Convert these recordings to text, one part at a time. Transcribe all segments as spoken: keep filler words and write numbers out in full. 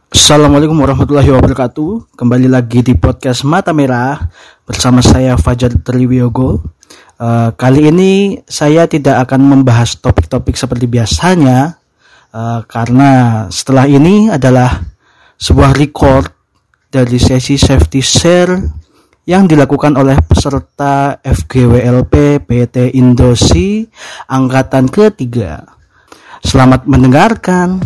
Assalamualaikum warahmatullahi wabarakatuh. Kembali lagi di podcast Mata Merah bersama saya Fajar Triwiyogo. Uh, kali ini saya tidak akan membahas topik-topik seperti biasanya uh, karena setelah ini adalah sebuah record dari sesi safety share yang dilakukan oleh peserta F G W L P P T Indosi angkatan ketiga. Selamat mendengarkan.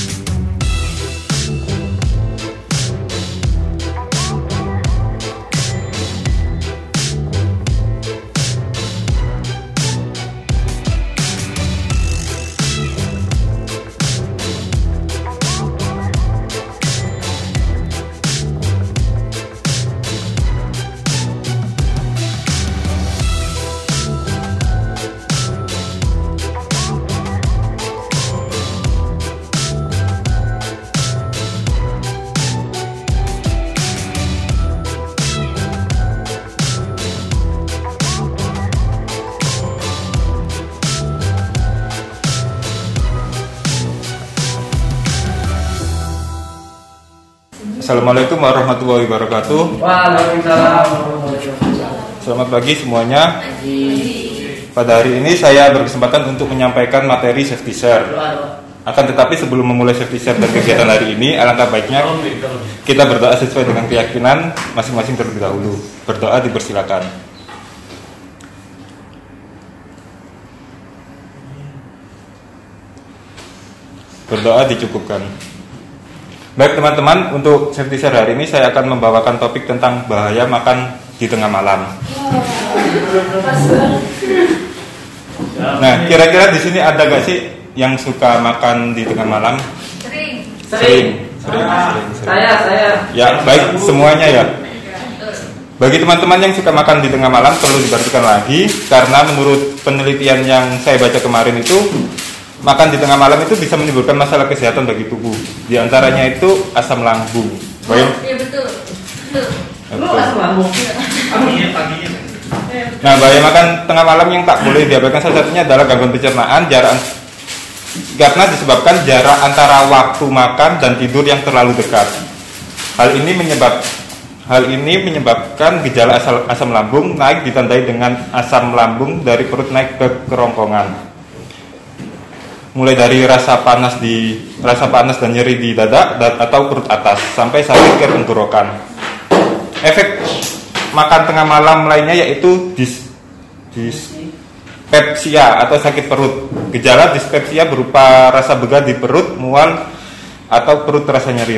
Assalamualaikum warahmatullahi wabarakatuh. Waalaikumsalam warahmatullahi wabarakatuh. Selamat pagi semuanya. Pada hari ini saya berkesempatan untuk menyampaikan materi safety share. Akan tetapi sebelum memulai safety share dan kegiatan hari ini, alangkah baiknya kita berdoa sesuai dengan keyakinan masing-masing terlebih dahulu. Berdoa dipersilakan. Berdoa dicukupkan. Baik teman-teman, untuk safety share hari ini saya akan membawakan topik tentang bahaya makan di tengah malam. Nah, kira-kira di sini ada gak sih yang suka makan di tengah malam? Sering. Sering, sering, sering, sering. Saya, saya. Ya, baik semuanya ya. Bagi teman-teman yang suka makan di tengah malam perlu diperhatikan lagi, karena menurut penelitian yang saya baca kemarin itu, makan di tengah malam itu bisa menimbulkan masalah kesehatan bagi tubuh. Di antaranya itu asam lambung. Baik. Iya betul. Betul. Betul. Asam lambung. Paginya, paginya. Nah, bahaya makan tengah malam yang tak boleh diabaikan salah satunya adalah gangguan pencernaan, jarak karena disebabkan jarak antara waktu makan dan tidur yang terlalu dekat. Hal ini menyebab hal ini menyebabkan gejala asam, asam lambung naik ditandai dengan asam lambung dari perut naik ke kerongkongan. Mulai dari rasa panas di rasa panas dan nyeri di dada dan, atau perut atas sampai sakit ke tenggorokan. Efek makan tengah malam lainnya yaitu dis, dispepsia atau sakit perut. Gejala dispepsia berupa rasa begah di perut, mual atau perut terasa nyeri.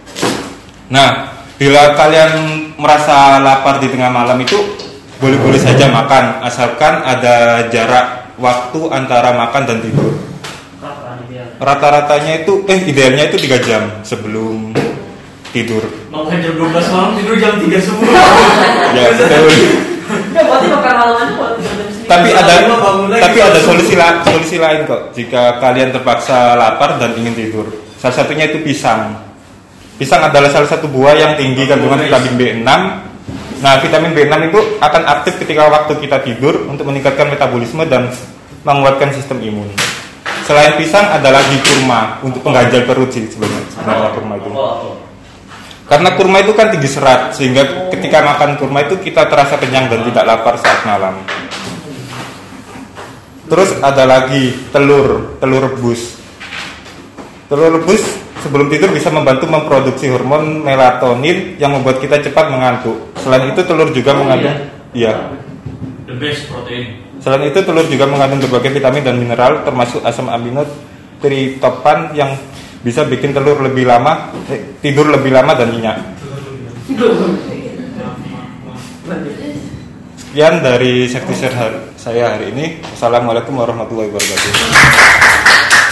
Nah, bila kalian merasa lapar di tengah malam itu boleh-boleh saja makan asalkan ada jarak waktu antara makan dan tidur. Rata-ratanya itu eh idealnya itu tiga jam sebelum tidur. Mau jam dua belas malam tidur jam tiga subuh. Ya, betul. Ya, berarti makan malam aja buat. Tapi ada tapi ada solusi la, solusi lain kok jika kalian terpaksa lapar dan ingin tidur. Salah satunya itu pisang. Pisang adalah salah satu buah yang tinggi kandungan vitamin B enam. Nah, vitamin B enam itu akan aktif ketika waktu kita tidur untuk meningkatkan metabolisme dan menguatkan sistem imun. Selain pisang ada lagi kurma untuk pengganjal perut sih sebenarnya, sebenarnya kurma itu. Karena kurma itu kan tinggi serat sehingga ketika makan kurma itu kita terasa kenyang dan tidak lapar saat malam. Terus ada lagi telur, telur rebus. Telur rebus sebelum tidur bisa membantu memproduksi hormon melatonin yang membuat kita cepat mengantuk. Selain itu telur juga mengandung iya. The best protein. Selain itu telur juga mengandung berbagai vitamin dan mineral termasuk asam amino tritophan yang bisa bikin telur lebih lama eh, tidur lebih lama dan nyenyak. Sekian dari safety share saya hari ini. Assalamualaikum warahmatullahi wabarakatuh.